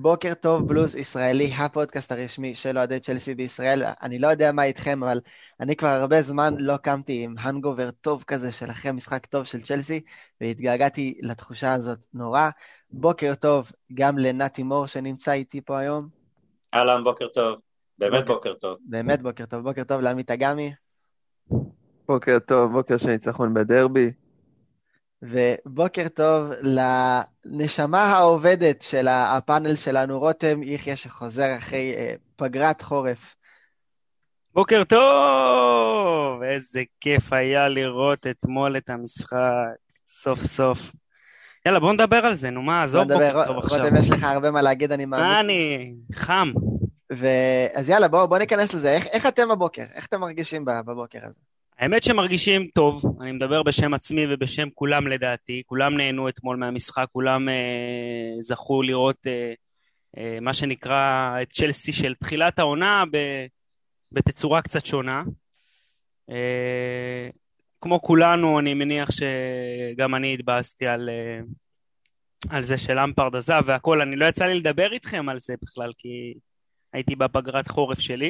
בוקר טוב בלוז ישראלי, הפודקאסט הרשמי של אוהדי צ'לסי בישראל. אני לא יודע מה איתכם, אבל אני כבר הרבה זמן לא קמתי עם הנגובר טוב כזה של אחרי משחק טוב של צ'לסי, והתגעגעתי לתחושה הזאת נורא. בוקר טוב גם לנתי מור שנמצא איתי פה היום. אהלן, בוקר טוב. באמת בוקר טוב. באמת בוקר טוב לעמית אגמי. בוקר טוב, בוקר של ניצחון בדרבי. ובוקר טוב לנשמה העובדת של הפאנל שלנו, רותם יחיה, שחוזר אחרי פגרת חורף. בוקר טוב! איזה כיף היה לראות אתמול את המשחק, סוף סוף. יאללה, בוא נדבר על זה, נו מה, עזוב בוקר טוב עכשיו. רותם, יש לך הרבה מה להגיד, אני מאמין. אני חם. אז יאללה, בוא ניכנס לזה. איך אתם בבוקר? איך אתם מרגישים בבוקר הזה? האמת שמרגישים טוב, אני מדבר בשם עצמי ובשם כולם לדעתי, כולם נהנו אתמול מהמשחק, כולם זכו לראות מה שנקרא את צ'לסי של תחילת העונה בתצורה קצת שונה. כמו כולנו, אני מניח שגם אני התבאסתי על זה שלמפרד עזב והכל. אני לא יצא לי לדבר איתכם על זה בכלל, כי הייתי בפגרת חורף שלי.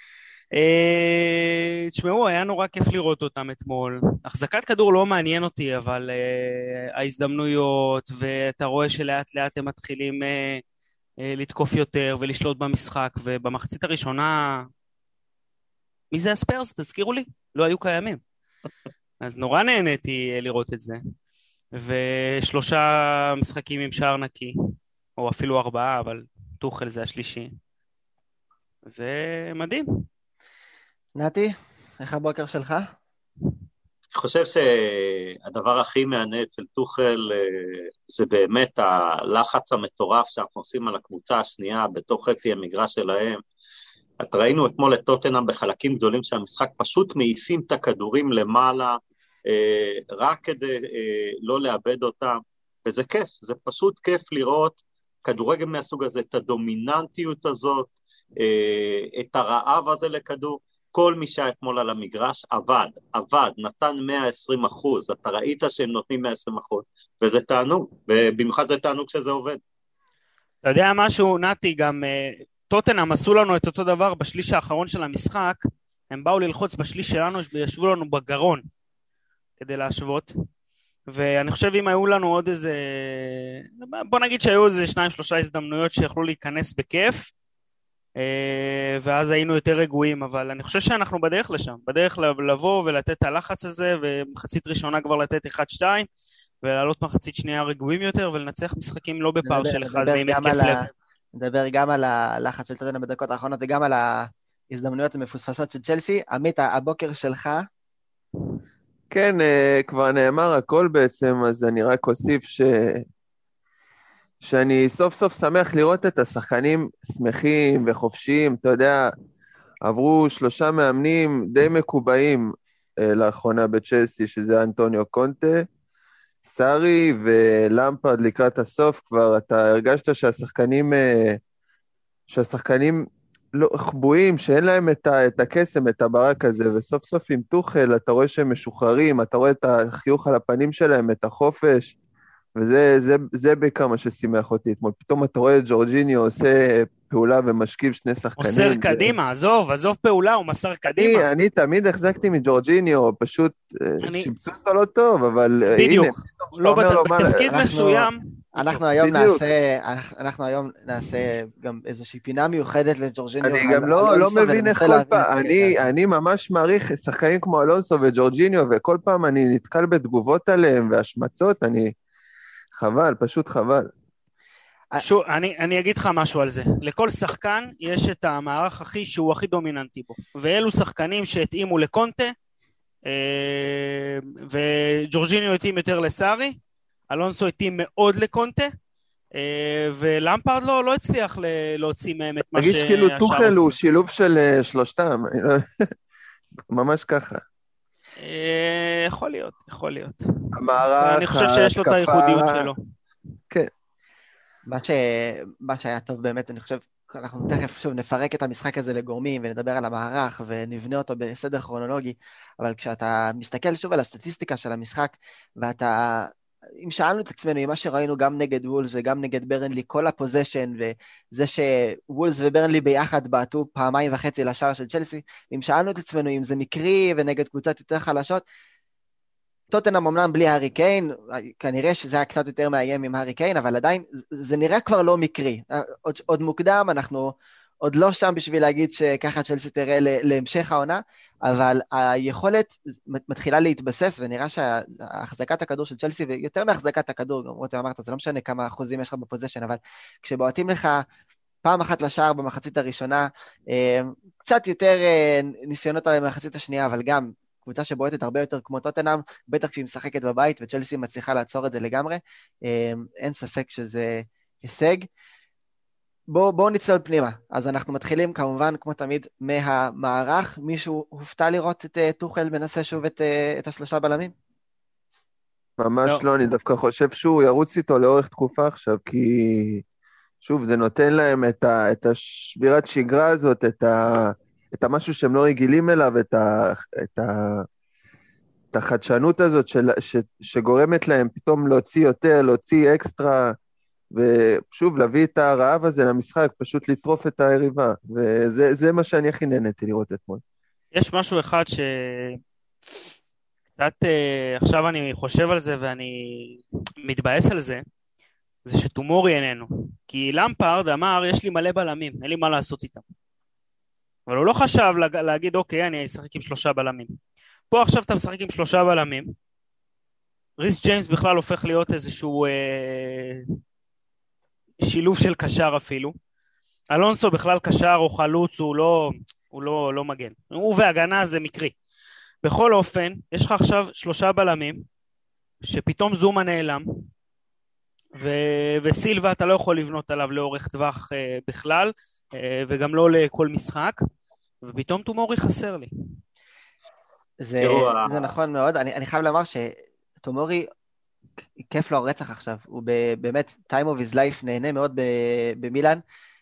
תשמעו, היה נורא כיף לראות אותם אתמול. החזקת כדור לא מעניין אותי, אבל ההזדמנויות, ואתה רואה שלאט לאט הם מתחילים לתקוף יותר ולשלוט במשחק, ובמחצית הראשונה, מי זה הספרס? תזכירו לי, לא היו קיימים. אז נורא נהניתי לראות את זה. ושלושה משחקים עם שער נקי, או אפילו 4, אבל טוחל זה השלישי. זה מדהים. נתי, איך הבוקר שלך? אני חושב שהדבר הכי מענה אצל טוחל זה באמת הלחץ המטורף שאנחנו עושים על הקבוצה השנייה בתוך חצי המגרש שלהם. את ראינו אתמול את טוטנהאם בחלקים גדולים של המשחק, פשוט מעיפים את הכדורים למעלה, רק כדי לא לאבד אותם, וזה כיף, זה פשוט כיף לראות כדורגל מהסוג הזה, את הדומיננטיות הזאת, את הרעב הזה לכדור. כל מי שהיה אתמול על המגרש עבד, נתן 120%, אתה ראית שהם נותנים 120%, וזה תענוג, ובמיוחד זה תענוג שזה עובד. אתה יודע משהו, נתי, גם טוטנהאם עשו לנו את אותו דבר בשליש האחרון של המשחק, הם באו ללחוץ בשליש שלנו, וישבו לנו בגרון, כדי להשוות, ואני חושב אם היו לנו עוד איזה, בוא נגיד שהיו איזה 2-3 הזדמנויות שיכלו להיכנס בכיף, ואז היינו יותר רגועים, אבל אני חושב שאנחנו בדרך לשם, בדרך לבוא ולתת את הלחץ הזה, ומחצית ראשונה כבר לתת 1-2, ולעלות מחצית שנייה רגועים יותר, ולנצח משחקים לא בפער של אחד, נדבר גם על הלחץ של טוטנהאם בדקות האחרונות, וגם על ההזדמנויות המפוספסות של צ'לסי. עמית, הבוקר שלך? כן, כבר נאמר הכל בעצם, אז אני רק אוסיף שאני סוף סוף שמח לראות את השחקנים שמחים וחופשיים. אתה יודע, עברו 3 מאמנים די מקובעים לאחרונה בצ'לסי, שזה אנטוניו קונטה, סארי ולמפרד לקראת הסוף. כבר אתה הרגשת שהשחקנים לא חבויים, שאין להם את הקסם, את הברק הזה, וסוף סוף עם טוחל אתה רואה שהם משוחררים, אתה רואה את החיוך על הפנים שלהם, את החופש, וזה בעיקר מה ששימח אותי אתמול. פתאום אתה רואה את ג'ורג'יניו עושה פעולה ומשכיב 2 שחקנים. מוסר קדימה, עזוב פעולה, הוא מסר קדימה. אני תמיד החזקתי מג'ורג'יניו, פשוט שיבצו אותו לא טוב, אבל בדיוק, לא בתפקיד מסוים. אנחנו היום נעשה גם איזושהי פינה מיוחדת לג'ורג'יניו. אני גם לא מבין איך כל פעם, אני ממש מעריך שחקנים כמו אלונסו וג'ורג'יניו, וכל פעם אני נתקל בתגובות עליהם והשמצות, חבל, פשוט חבל. אני אגיד לך משהו על זה. לכל שחקן יש את המערך שהוא הכי דומיננטי בו, ואלו שחקנים שהתאימו לקונטה, וג'ורג'יניו התאים יותר לסארי, אלונסו התאים מאוד לקונטה, ולמפרד לא הצליח להוציא מהם את מה תגיש כאילו טוחל הוא שילוב של שלושתם, ממש ככה. יכול להיות. המערך, אני חושב שיש לו את הייחודיות שלו. כן. מה שהיה טוב באמת, אני חושב, אנחנו תכף שוב נפרק את המשחק הזה לגורמים, ונדבר על המערך, ונבנה אותו בסדר כרונולוגי, אבל כשאתה מסתכל שוב על הסטטיסטיקה של המשחק, ואתה אם שאלנו את עצמנו, עם מה שראינו גם נגד וולס וגם נגד ברנלי, כל הפוזיישן, וזה שוולס וברנלי ביחד בעטו 2.5 לשער של צ'לסי, אם שאלנו את עצמנו אם זה מקרי ונגד קבוצות יותר חלשות, טוטנהאם אמנם בלי הארי קיין, כנראה שזה היה קצת יותר מאיים עם הארי קיין, אבל עדיין זה נראה כבר לא מקרי. עוד מוקדם, אנחנו עוד לא שם בשביל להגיד שככה צ'לסי תראה להמשך העונה, אבל היכולת מתחילה להתבסס, ונראה שהחזקת הכדור של צ'לסי, ויותר מהחזקת הכדור, גם רותם אמרת, זה לא משנה כמה אחוזים יש לך בפוזיישן, אבל כשבועטים לך פעם אחת לשער במחצית הראשונה, קצת יותר ניסיונות במחצית השנייה, אבל גם קבוצה שבועטת הרבה יותר כמו טוטנהאם, בטח כשהיא משחקת בבית, וצ'לסי מצליחה לעצור את זה לגמרי, אין ספק שזה הישג. בואו נצלול פנימה. אז אנחנו מתחילים כמובן, כמו תמיד, מהמערך. מישהו הופתע לראות את טוחל מנסה שוב את השלושה בלמים? ממש לא, אני דווקא חושב שהוא ירוץ איתו לאורך תקופה עכשיו, כי שוב, זה נותן להם את השבירת שגרה הזאת, את המשהו שהם לא רגילים אליו, את החדשנות הזאת שגורמת להם פתאום להוציא יותר, להוציא אקסטרה, ושוב, להביא את הרעב הזה למשחק, פשוט לטרוף את היריבה, וזה מה שאני הכי נהניתי לראות אתמול. יש משהו אחד שקצת, עכשיו אני חושב על זה ואני מתבאס על זה, זה שטומורי איננו. כי למפרד אמר, יש לי מלא בלמים, אין לי מה לעשות איתם. אבל הוא לא חשב להגיד, אוקיי, אני אשחק עם 3 בלמים. פה עכשיו אתה משחק עם 3 בלמים, ריס ג'יימס בכלל הופך להיות איזשהו שילוב של קשר אפילו. אלונסו בכלל קשר או חלוץ, הוא לא מגן. הוא והגנה זה מקרי. בכל אופן, יש לך עכשיו 3 בלמים, שפתאום זומה נעלם, וסילבה אתה לא יכול לבנות עליו לאורך טווח בכלל, וגם לא לכל משחק, ופתאום טומורי חסר לי. זה נכון מאוד. אני חייב לומר שטומורי, כיף לו הרצח עכשיו, הוא באמת time of his life, נהנה מאוד במילאן,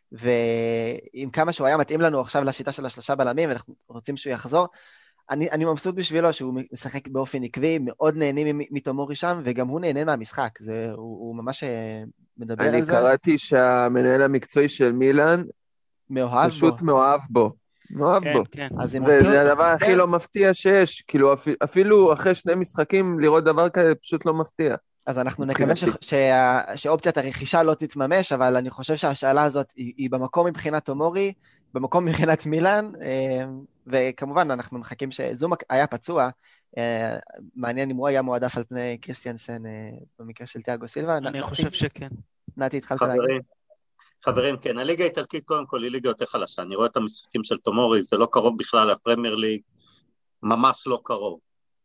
ועם כמה שהוא היה מתאים לנו עכשיו לשיטה של 3 בלמים, ואנחנו רוצים שהוא יחזור, אני מבסוט בשבילו שהוא משחק באופן עקבי, מאוד נהנים מטומורי שם, וגם הוא נהנה מהמשחק, הוא ממש מדבר על זה. אני קראתי שהמנהל המקצועי של מילאן, פשוט מאוהב בו. מאוהב בו. וזה הדבר הכי לא מפתיע שיש, כאילו אפילו אחרי 2 משחקים לראות דבר כזה פשוט לא מפתיע. אז אנחנו נקווה שאופציית הרכישה לא תתממש, אבל אני חושב שהשאלה הזאת היא במקום מבחינת טומורי, במקום מבחינת מילאן, וכמובן אנחנו מחכים שזומה היה פצוע, מעניין אם הוא היה מועדף על פני קריסטיאנסן במקרה של תיאגו סילבה. אני חושב שכן. נתי, התחלת להגיד. חברים, כן, הליגה האיטלקית קודם כל היא ליגה יותר חלשה, אני רואה את המשחקים של טומורי, זה לא קרוב בכלל לפרמייר ליג, ממש לא קרוב.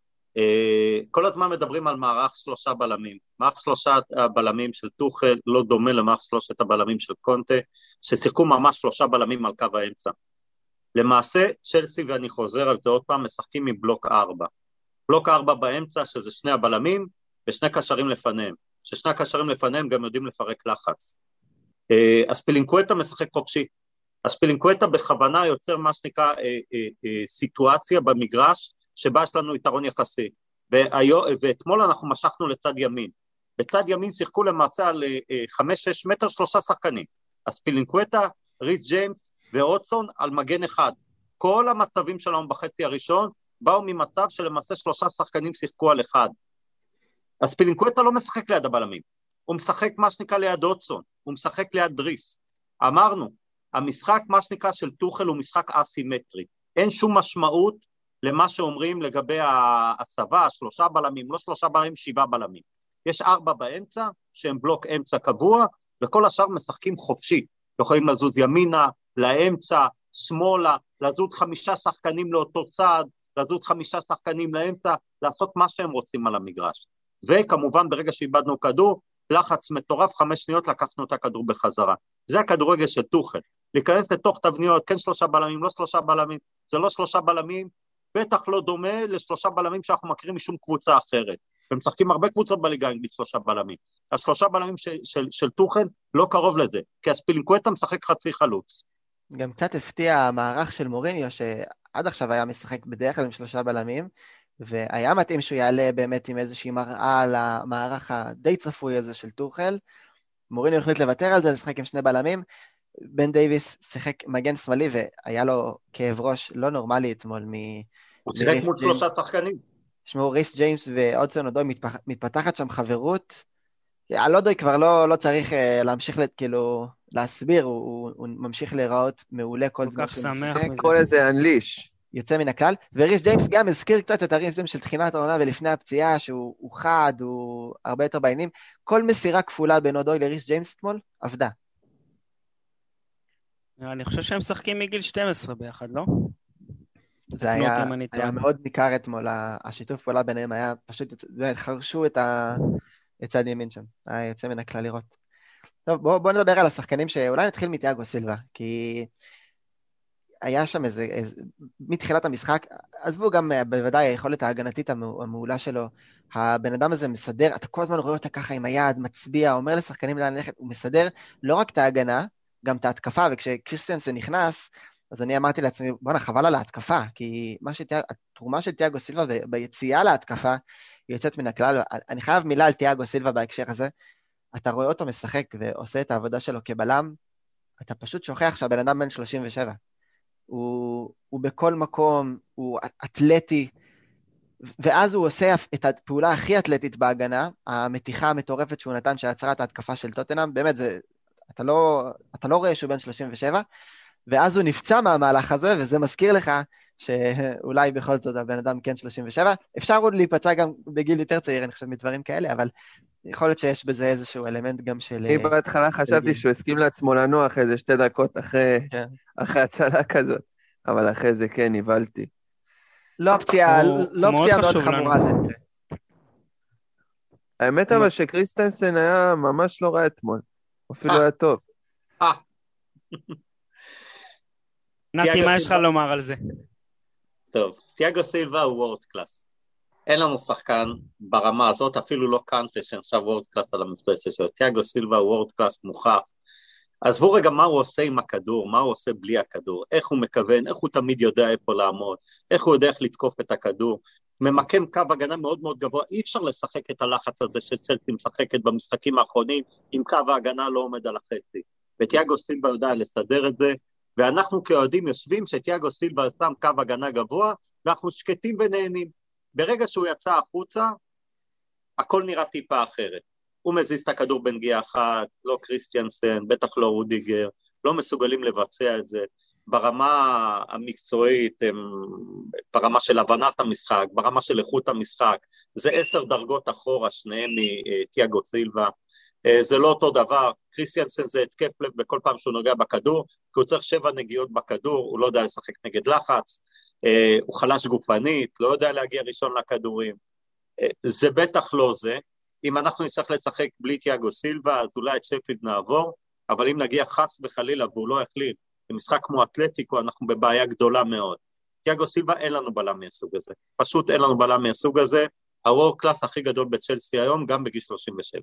כל הזמן מדברים על מערך 3 בלמים, מערך 3 הבלמים של טוחל לא דומה למערך 3 הבלמים של קונטה, ששיחקו ממש 3 בלמים על קו האמצע. למעשה, צ'לסי, ואני חוזר על זה עוד פעם, משחקים עם בלוק 4. בלוק 4 באמצע, שזה 2 הבלמים, ו2 קשרים לפניהם. ש2 הקשרים לפניהם גם יודעים לפרק לחץ. אספילינקווטה משחק חופשי. אספילינקווטה בכוונה יוצר מה שנקרא סיטואציה במגרש, שבה יש לנו יתרון יחסי. ואתמול אנחנו משכנו לצד ימין. בצד ימין שיחקו למעשה על 5-6 מטר 3 שחקנים. אספילינקווטה, ריס ג'יימס ואוטסון על מגן אחד. כל המצבים שלנו בחצי הראשון באו ממצב שלמעשה 3 שחקנים שיחקו על אחד. אספילינקווטה לא משחק ליד הבלמים. הוא משחק מה שנקרא ליד אוטסון. הוא משחק ליד דריס. אמרנו, המשחק מה שנקרא של טוחל הוא משחק אסימטרי. אין שום משמעות למה שאומרים לגבי הצבא, 3 בלמים, לא 3 בלמים, 7 בלמים. יש 4 באמצע, שהם בלוק אמצע קבוע, וכל השאר משחקים חופשי. יכולים לזוז ימינה, לאמצע, שמאלה, לזוז 5 שחקנים לאותו צד, לזוז 5 שחקנים לאמצע, לעשות מה שהם רוצים על המגרש. וכמובן, ברגע שאיבדנו כדור, לחץ מטורף, 5 שניות לקחנו את הכדור בחזרה. זה הכדורגל של טוחל. להיכנס לתוך תבניות, כן 3 בלמים, לא 3 בלמים, זה לא 3 בלמים, בטח לא דומה ל3 בלמים שאנחנו מכירים משום קבוצה אחרת. הם משחקים הרבה קבוצות בליגה עם 3 בלמים. 3 בלמים של טוחל לא קרוב לזה, כי אספילינקווטה משחק חצי חלוץ. גם קצת הפתיע המערך של מוריניו, שעד עכשיו היה משחק בדרך כלל עם 3 בלמים, והיה מתאים שהוא יעלה באמת עם איזושהי מראה על המערך הדי צפוי הזה של טוחל. מוריניו החליט לוותר על זה, לשחק עם שני בלמים. בן דייביס שיחק מגן שמאלי, והיה לו כאב ראש לא נורמלי אתמול הוא שיחק מול 3 שחקנים. שמעו, ריס ג'יימס ואודסון אודוי מתפתחת שם חברות. על אודוי כבר לא צריך להמשיך כאילו להסביר, הוא ממשיך להיראות מעולה כל זמן שהוא משחק. כל איזה אנליש. יוצא מן הכלל, וריס ג'יימס גם הזכיר קצת את הריס ג'יימס של תחילת העונה ולפני הפציעה, שהוא חד, הוא הרבה יותר בעניינים. כל מסירה כפולה בין אודוי לריס ג'יימס אתמול עבדה. אני חושב שהם משחקים מגיל 12 ביחד, לא? זה היה מאוד ניכר אתמול, השיתוף פעולה ביניהם היה פשוט, חרשו את צד ימין שם, היה יוצא מן הכלל לראות. טוב, בואו נדבר על השחקנים שאולי נתחיל מתיאגו סילבה, כי היה שם מתחילת המשחק, עזבו גם בוודאי היכולת ההגנתית המעולה שלו, הבן אדם הזה מסדר, אתה כל הזמן רואה אותה ככה עם היד, מצביע, אומר לשחקנים לאן ללכת, הוא מסדר לא רק את ההגנה, גם את ההתקפה, וכשקריסטיאנסן נכנס, אז אני אמרתי לעצמי, בוא'נה, חבל על ההתקפה, כי התרומה של תיאגו סילבה ביציאה להתקפה, היא יוצאת מן הכלל. אני חייב מילה על תיאגו סילבה בהקשר הזה, אתה רואה אותו משחק ועושה את העבודה שלו כבלם, אתה פשוט שוכח שהבן אדם בן 37. הוא בכל מקום, הוא אתלטי, ואז הוא עושה את הפעולה הכי אתלטית בהגנה, המתיחה המטורפת שהוא נתן שעצרה את ההתקפה של טוטנהאם, באמת אתה לא רואה שהוא בן 37, ואז הוא נפצע מהמהלך הזה, וזה מזכיר לך שאולי בכל זאת הבן אדם כן 37, אפשר עוד להיפצע גם בגיל יותר צעיר, אני חושב מדברים כאלה, אבל יכול להיות שיש בזה איזשהו אלמנט גם של... אני בהתחלה חשבתי שהוא הסכים לעצמו לנוח איזה 2 דקות אחרי הצלה כזאת, אבל אחרי זה כן, נבלתי. לא פציעה מאוד חמורה זה. האמת אבל שקריסטנסן היה ממש לא רע אתמול, אפילו היה טוב. נתי, מה יש לך לומר על זה? טוב, תיאגו סילבה הוא וורד קלאס. אין לנו שחקן ברמה הזאת, אפילו לא קנטה שנחשב וורד קלאס על המשבצת שלו. תיאגו סילבה הוא וורד קלאס מוכח. עזבו רגע מה הוא עושה עם הכדור, מה הוא עושה בלי הכדור, איך הוא מכוון, איך הוא תמיד יודע איפה לעמוד, איך הוא יודע איך לתקוף את הכדור. ממקם קו הגנה מאוד מאוד גבוה, אי אפשר לשחק את הלחץ הזה שצלסי משחקת במשחקים האחרונים, אם קו ההגנה לא עומד על החצי. ותיאגו סילבה יודע לסדר את זה, ואנחנו כאוהדים יושבים שתיאגו סילבה שם קו הגנה גבוה, ואנחנו שקטים ונהנים. ברגע שהוא יצא החוצה, הכל נראה טיפה אחרת. הוא מזיז את הכדור בנגיעה אחת, לא קריסטיאנסן, בטח לא רודיגר, לא מסוגלים לבצע את זה. ברמה המקצועית, ברמה של הבנת המשחק, ברמה של איכות המשחק, זה 10 דרגות אחורה, שניהם מתיאגו סילבה. זה לא אותו דבר, קריסטיאנסן זה התקף לב בכל פעם שהוא נוגע בכדור, כי הוא צריך 7 נגיעות בכדור, הוא לא יודע לשחק נגד לחץ, הוא חלש גופנית, לא יודע להגיע ראשון לכדורים, זה בטח לא זה. אם אנחנו נצטרך לשחק בלי תיאגו סילבה, אז אולי את שפילד נעבור, אבל אם נגיע חס וחלילה והוא לא החליט, במשחק כמו אתלטיקו אנחנו בבעיה גדולה מאוד. תיאגו סילבה אין לנו בלם מהסוג הזה, פשוט אין לנו בלם מהסוג הזה, הוור קלאס הכי גדול בצ'לסי היום, גם בגיל 37.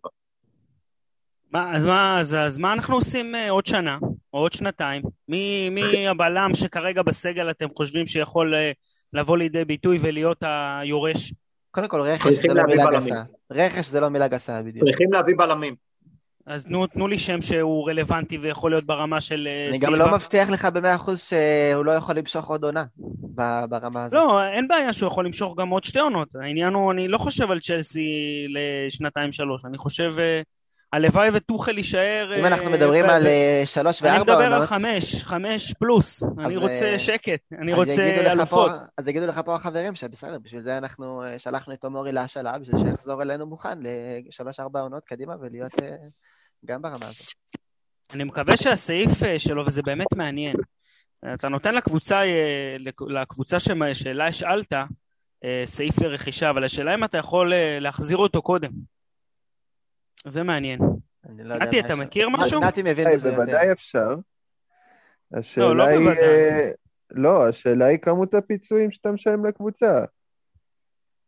אז מה אנחנו עושים עוד שנה, או עוד שנתיים? מי הבלם שכרגע בסגל אתם חושבים שיכול לבוא לידי ביטוי ולהיות היורש? קודם כל, רכש זה לא מילה גסה. רכש זה לא מילה גסה, בדיוק. צריכים להביא בלמים. אז תנו לי שם שהוא רלוונטי ויכול להיות ברמה של אני גם לא מבטיח לך ב100% שהוא לא יכול למשוך עוד עונה ברמה הזאת. לא, אין בעיה שהוא יכול למשוך גם עוד 2 עונות. העניין הוא, אני לא חושב על צ'לסי ל2-3. אני חושב, הלוואי וטוחל יישאר... אם אנחנו מדברים על 3 ו4 עונות... אני מדבר על 5 פלוס. אני רוצה שקט, אני רוצה אלופות. אז יגידו לך פה החברים שבסדר, בשביל זה אנחנו שלחנו את תומורי להשאלה, בשביל שיחזור אלינו מוכן ל3-4 עונות קדימה ולהיות גם ברמה הזאת. אני מקווה שהסעיף שלו, וזה באמת מעניין, אתה נותן לקבוצה שאלה השאלת, סעיף לרכישה, אבל השאלה אם אתה יכול להחזיר אותו קודם. זה מעניין. נתי, אתה מכיר משהו? נתי מבין בזה. בוודאי אפשר. השאלה היא... לא, השאלה היא כמות הפיצויים שאתה משלם לקבוצה.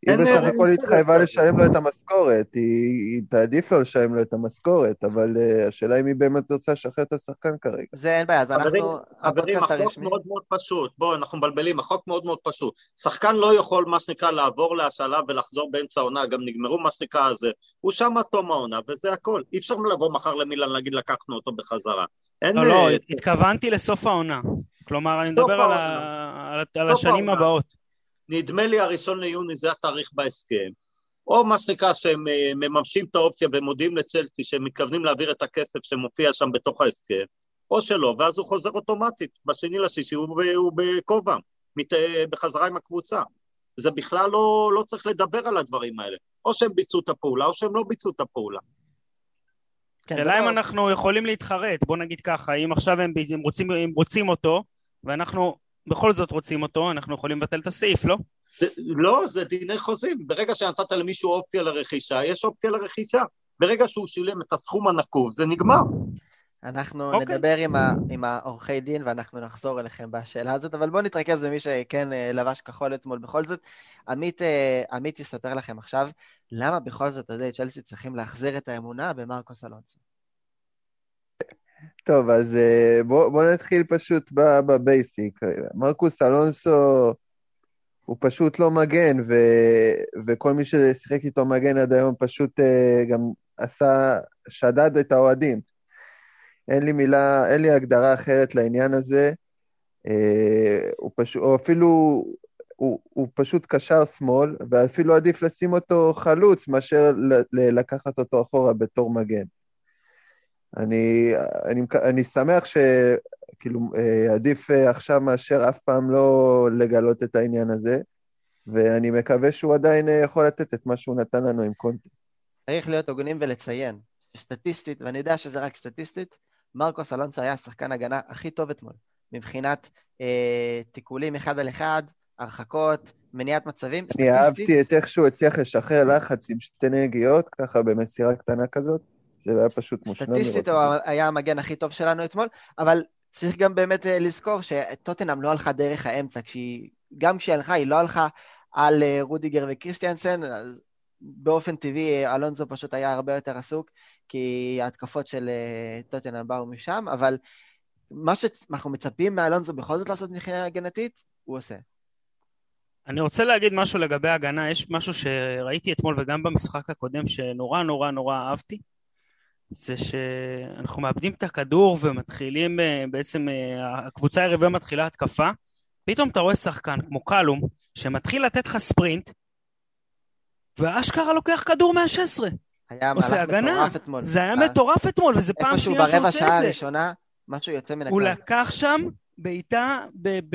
היא בסך הכל התחייבה לשלם לו את המשכורת, היא תעדיף לו לשלם לו את המשכורת, אבל השאלה אם היא באמת רוצה לשחרר את השחקן כרגע. זה אין בעיה, אז אנחנו... חברים, החוק מאוד מאוד פשוט, בואו, אנחנו מבלבלים, החוק מאוד מאוד פשוט. שחקן לא יכול, מה שנקרא, לעבור להשאלה ולחזור באמצע העונה, גם נגמרו מה שנקרא הזה, הוא שם עד תום העונה, וזה הכל. אי אפשר לבוא מחר למילן להגיד לקחנו אותו בחזרה. לא, התכוונתי לסוף העונה. כלומר, אני מדבר על השנים הבאות. נדמה לי 1 ליוני זה התאריך בהסכם, או מה שנקרא שהם מממשים את האופציה ומודיעים לצ'לסי שהם מתכוונים להעביר את הכסף שמופיע שם בתוך ההסכם, או שלא, ואז הוא חוזר אוטומטית, ב2/6 הוא בכובע, בחזרה עם הקבוצה. זה בכלל לא צריך לדבר על הדברים האלה, או שהם ביצעו את הפעולה, או שהם לא ביצעו את הפעולה. שאלה אם אנחנו יכולים להתחרט, בוא נגיד ככה, אם עכשיו הם רוצים אותו, ואנחנו בכל זאת רוצים אותו, אנחנו יכולים לבטל את הסעיף, לא? לא, זה דיני חוזים. ברגע שנתת למישהו אופציה לרכישה, יש אופציה לרכישה. ברגע שהוא שילם את הסכום הנקוב, זה נגמר. אנחנו נדבר עם העורכי דין, ואנחנו נחזור אליכם בשאלה הזאת, אבל בואו נתרכז במי שכן לבש כחול אתמול בכל זאת. עמית יספר לכם עכשיו, למה בכל זאת צ'לסי צריכים להחזיר את האמונה במרקוס אלונסו. טוב, אז בוא נתחיל פשוט בבייסיק. מרקוס אלונסו הוא פשוט לא מגן, וכל מי ששיחק איתו מגן עד היום פשוט גם שדד את האוהדים. אין לי הגדרה אחרת לעניין הזה. הוא פשוט קשר שמאל, ואפילו עדיף לשים אותו חלוץ, מאשר לקחת אותו אחורה בתור מגן. אני שמח שכאילו עדיף עכשיו מאשר אף פעם לא לגלות את העניין הזה, ואני מקווה שהוא עדיין יכול לתת את מה שהוא נתן לנו עם קונטה. צריך להיות הוגנים ולציין, סטטיסטית, ואני יודע שזה רק סטטיסטית, מרקוס אלונסו היה השחקן הגנה הכי טוב אתמול, מבחינת תיקולים 1 על 1, הרחקות, מניעת מצבים. אני אהבתי את איך שהוא הצליח לשחרר לחץ עם 2 נגיעות, ככה במסירה קטנה כזאת. זה היה פשוט מושלם. סטטיסטית הוא היה המגן הכי טוב שלנו אתמול, אבל צריך גם באמת לזכור שטוטנהאם לא הלכה דרך האמצע, גם כשהיא הלכה, היא לא הלכה על רודיגר וקריסטיאנסן, באופן טבעי אלונסו פשוט היה הרבה יותר עסוק, כי ההתקפות של טוטנהאם באו משם, אבל מה שאנחנו מצפים מאלונסו בכל זאת לעשות מבחינה הגנתית, הוא עושה. אני רוצה להגיד משהו לגבי הגנה, יש משהו שראיתי אתמול וגם במשחק הקודם שנורא נורא נורא אהבתי, זה שאנחנו מאבדים את הכדור ומתחילים בעצם, הקבוצה היריבה מתחילה התקפה, פתאום אתה רואה שחקן כמו קלום, שמתחיל לתת לך ספרינט, והאשכרה לוקח כדור מה-16. היה מהלך מטורף אתמול. זה היה מטורף אתמול, וזה פעם שנייה שעושה את זה. איפשהו ברבע שעה הראשונה, משהו יוצא מן הכלל. הוא לקח שם בעיטה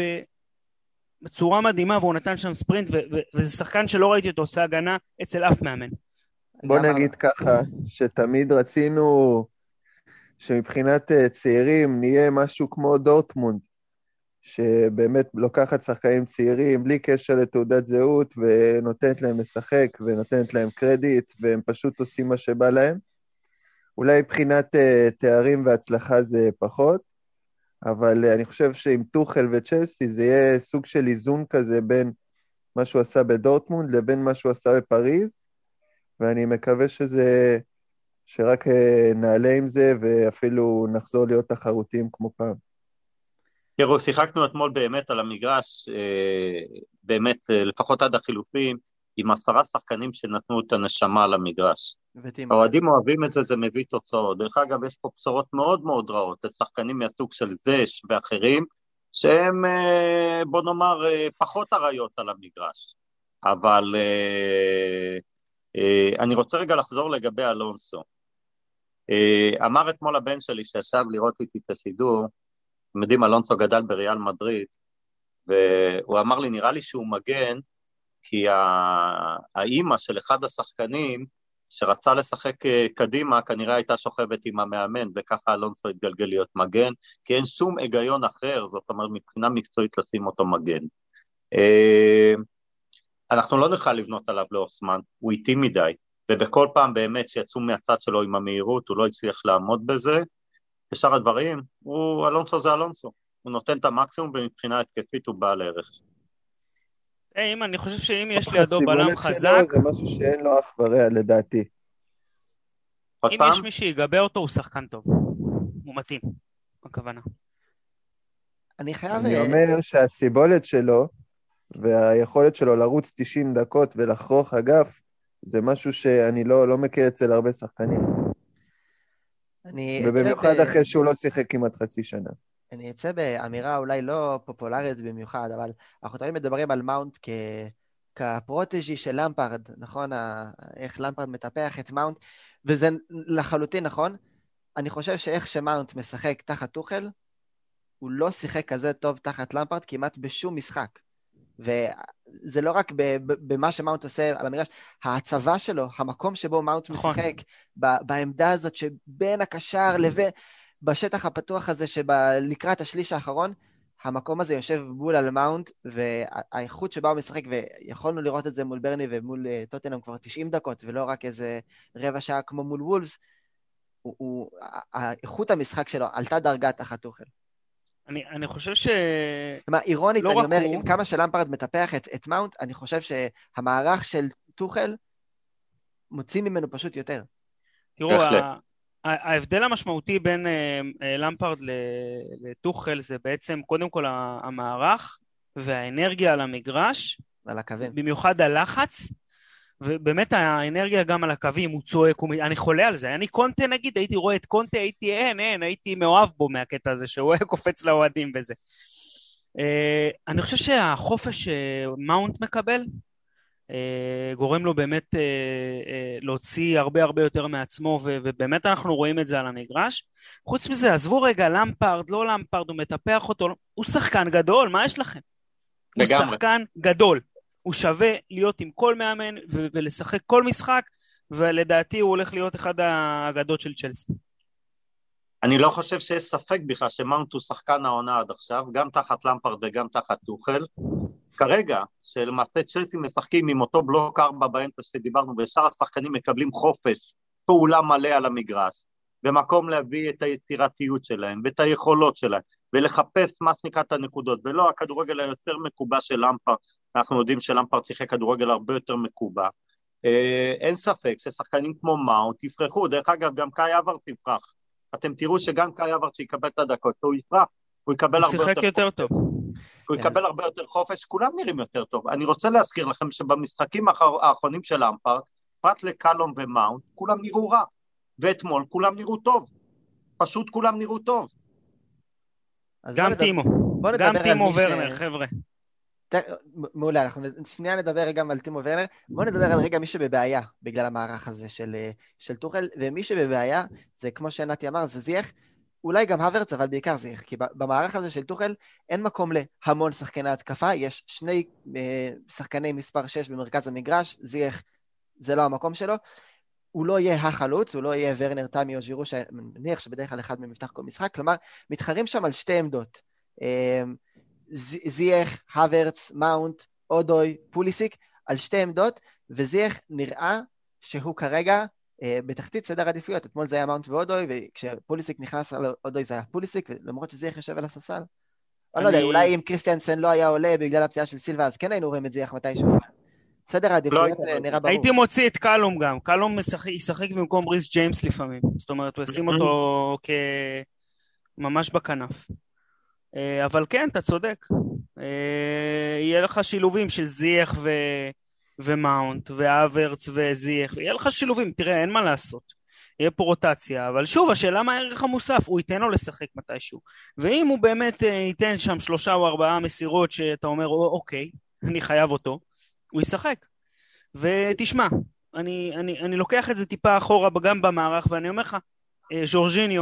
בצורה מדהימה, והוא נתן שם ספרינט, וזה שחקן שלא ראיתי אותו עושה הגנה אצל אף מאמן. בוא נגיד ככה, שתמיד רצינו שמבחינת צעירים נהיה משהו כמו דורטמונד, שבאמת לוקחת שחקנים צעירים בלי קשר לתעודת זהות, ונותנת להם לשחק, ונותנת להם קרדיט, והם פשוט עושים מה שבא להם. אולי מבחינת תארים והצלחה זה פחות, אבל אני חושב שעם טוחל וצ'לסי זה יהיה סוג של איזון כזה בין מה שהוא עשה בדורטמונד לבין מה שהוא עשה בפריז, ואני מקווה שרק נעלה עם זה, ואפילו נחזור להיות תחרותיים כמו פעם. תראו, שיחקנו אתמול באמת על המגרש, באמת לפחות עד החילופים, עם 10 שחקנים שנתנו את הנשמה על המגרש. האוהדים אוהבים את זה, זה מביא תוצאות. דרך אגב, יש פה בשורות מאוד מאוד רעות, שחקנים מהסוג של זש ואחרים, שהם, בוא נאמר, פחות עריות על המגרש. אבל אני רוצה רגע לחזור לגבי אלונסו. אמר אתמול הבן שלי שישב לראות איתי את השידור, אתם יודעים, אלונסו גדל בריאל מדריד, והוא אמר לי, נראה לי שהוא מגן, כי האימא של אחד השחקנים, שרצה לשחק קדימה, כנראה הייתה שוכבת עם המאמן, וככה אלונסו התגלגל להיות מגן, כי אין שום היגיון אחר, זאת אומרת, מבחינה מקצועית לשים אותו מגן. אנחנו לא נוכל לבנות עליו לאורך זמן, הוא איטי מדי, ובכל פעם באמת שיצאו מהצד שלו עם המהירות, הוא לא הצליח לעמוד בזה, בשאר הדברים, אלונסו זה אלונסו, הוא נותן את המקסימום, ומבחינה התקפית הוא בעל ערך. אם אני חושב שאם יש לידו בלם חזק, זה משהו שאין לו אח ורע לדעתי. אם יש מי שיגבה אותו, הוא שחקן טוב. הוא מתאים, הכוונה. אני חייב... אני אומר שהסיבולת שלו, והיכולת שלו לרוץ 90 דקות ולחרוך אגף, זה משהו שאני לא מכיר אצל הרבה שחקנים. ובמיוחד אחרי שהוא לא שיחק כמעט חצי שנה. אני אצא באמירה אולי לא פופולרית במיוחד, אבל אנחנו תמיד מדברים על מאונט כפרוטג'י של למפרד, נכון? איך למפרד מטפח את מאונט, וזה לחלוטין נכון. אני חושב שאיך שמאונט משחק תחת טוחל, הוא לא שיחק כזה טוב תחת למפרד כמעט בשום משחק. וזה לא רק במה שמאונט עושה על המגרש, ההצבה שלו, המקום שבו מאונט משחק, בעמדה הזאת שבין הקשר לבין, בשטח הפתוח הזה שלקראת השליש האחרון, המקום הזה יושב בול על מאונט, והאיכות שבה הוא משחק, ויכולנו לראות את זה מול ברני ומול טוטנהאם כבר 90 דקות, ולא רק איזה רבע שעה כמו מול וולפס, האיכות המשחק שלו עלתה דרגה תחת טוחל. אני חושב ש... אירונית, אני אומר, עם כמה שלמפרד מטפח את מאונט, אני חושב שהמערך של טוחל מוציא ממנו פשוט יותר. תראו, ההבדל המשמעותי בין למפרד לטוחל זה בעצם קודם כל המערך והאנרגיה על המגרש, על הקווים. במיוחד הלחץ, ובאמת האנרגיה גם על הקווים, הוא צועק, אני חולה על זה, אני קונטה נגיד, הייתי רואה את קונטה, הייתי מאוהב בו מהקטע הזה, שהוא קופץ לאוהדים בזה. אני חושב שהחופש שמאונט מקבל, גורם לו באמת להוציא הרבה הרבה יותר מעצמו, ובאמת אנחנו רואים את זה על המגרש. חוץ מזה, עזבו רגע, למפרד, לא למפרד, הוא מטפח אותו, הוא שחקן גדול, מה יש לכם? הוא שחקן גדול. הוא שווה להיות עם כל מאמן ולשחק כל משחק, ולדעתי הוא הולך להיות אחד האגדות של צ'לסי. אני לא חושב שיש ספק בכלל שמאונט הוא שחקן העונה עד עכשיו, גם תחת למפרד וגם תחת טוחל. כרגע, שלמעשה צ'לסי משחקים עם אותו בלוק 4 באמצע שדיברנו, ושאר השחקנים מקבלים חופש, פעולה מלא על המגרש, במקום להביא את היצירתיות שלהם, ואת היכולות שלהם, ולחפש מה שנקרא את הנקודות, ולא הכדורגל היותר מקובע של למפרד, אנחנו יודעים שלמפרד שיחק כדורגל הרבה יותר מקובע, אין ספק ששחקנים כמו מאונט יפרחו, דרך אגב גם קאי אברץ יפרח, אתם תראו שגם קאי אברץ שיקבל את הדקות, הוא יפרח, הוא יקבל הרבה יותר טוב. הוא יקבל הרבה יותר חופש, כולם נראים יותר טוב. אני רוצה להזכיר לכם שבמשחקים האחרונים של למפרד, פרט לקלום ומאונט, כולם נראו רע, ואתמול כולם נראו טוב, פשוט כולם נראו טוב. גם טימו, גם טימו ורנר, חבר'ה. מעולה, אנחנו שנייה נדבר גם על טימו ורנר, בואו נדבר על רגע מי שבבעיה, בגלל המערך הזה של טוחל, ומי שבבעיה, זה כמו שנתי אמר, זה זייח, אולי גם הוורץ, אבל בעיקר זייח, כי במערך הזה של טוחל אין מקום להמון שחקני התקפה, יש שני שחקני מספר 6 במרכז המגרש, זייח זה לא המקום שלו, הוא לא יהיה החלוץ, הוא לא יהיה ורנר, תמי או ז'ירו, שנניח שבדרך כלל אחד ממפתח כל משחק, כלומר, מתחרים שם על שתי עמדות, זייח, הוורץ, מאונט, אודוי, פוליסיק, על שתי עמדות, וזייח נראה שהוא כרגע בתחתית סדר עדיפויות. אתמול זה היה מאונט ואודוי, וכשפוליסיק נכנס על אודוי זה היה פוליסיק, למרות שזייח יושב על הספסל. אני לא יודע, אולי אם קריסטיאנסן לא היה עולה בגלל הפציעה של סילבה, אז כן היינו רואים את זייח מתישהו. סדר העדיפויות נראה ברור. הייתי מוציא את קלום גם, קלום ישחק במקום ריס ג'יימס לפעמים, זאת אומרת, הוא ישים אותו ממש בכנף. אבל כן, אתה צודק. יהיה לך שילובים של זייח ומאונט, והוורץ וזייח, יהיה לך שילובים, תראה, אין מה לעשות. יהיה פה רוטציה, אבל שוב, השאלה מה הערך המוסף, הוא ייתן לו לשחק מתישהו. ואם הוא באמת ייתן שם 3 או 4 מסירות שאתה אומר, אוקיי, אני חייב אותו, הוא ישחק. ותשמע, אני לוקח את זה טיפה אחורה גם במערך, ואני אומר לך, ז'ורג'יניו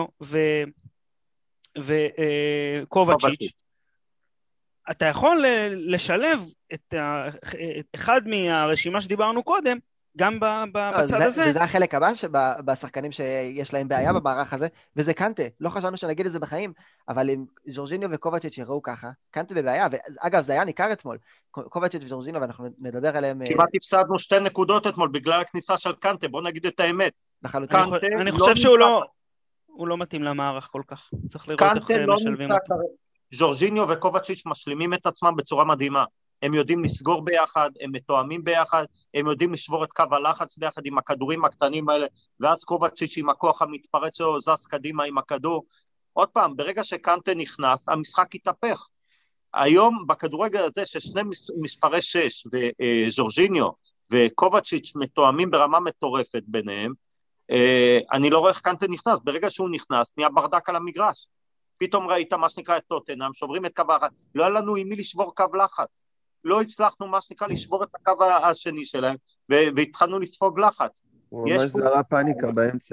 וקובצ'יץ', אתה יכול לשלב את אחד מהרשימה שדיברנו קודם, גם בצד הזה. וזה החלק הבא בשחקנים שיש להם בעיה במערך הזה, וזה קנטה. לא חשבנו שנגיד את זה בחיים, אבל אם ז'ורג'יניו וקובצ'יץ' יראו ככה, קנטה בבעיה, ואגב, זה היה ניכר אתמול, קובצ'יץ' וז'ורג'יניו, ואנחנו נדבר עליהם... כמעט הפסדנו 2 נקודות אתמול, בגלל הכניסה של קנטה, בוא נגיד את האמת. אני חושב שהוא לא מתאים למערך כל כך. צריך לראות איך משלבים אותו. ז'ורג'יניו וקובצ'יץ' משלימים את עצמם בצורה מדהימה. הם יודעים לסגור ביחד, הם מתואמים ביחד, הם יודעים לשבור את קו הלחץ ביחד עם הכדורים הקטנים האלה, ואז קובצ'יץ' עם הכוח המתפרץ שלו זז קדימה עם הכדור. עוד פעם, ברגע שקנטה נכנס, המשחק התהפך. היום בכדורגל הזה ששני מספרי 6 וז'ורג'יניו וקובצ'יץ' מתואמים ברמה מטורפת ביניהם, אני לא רואה איך קנטה נכנס. ברגע שהוא נכנס, נהיה ברדק על המגרש. פתאום ראית מה שנקרא את טוטנהאם, שוברים את קו הלחץ, לא היה לנו עם מי לשבור קו לחץ. לא הצלחנו מה שנקרא לשבור את הקו השני שלהם, והתחלנו לספוג לחץ. הוא ממש זרה פאניקה באמצע.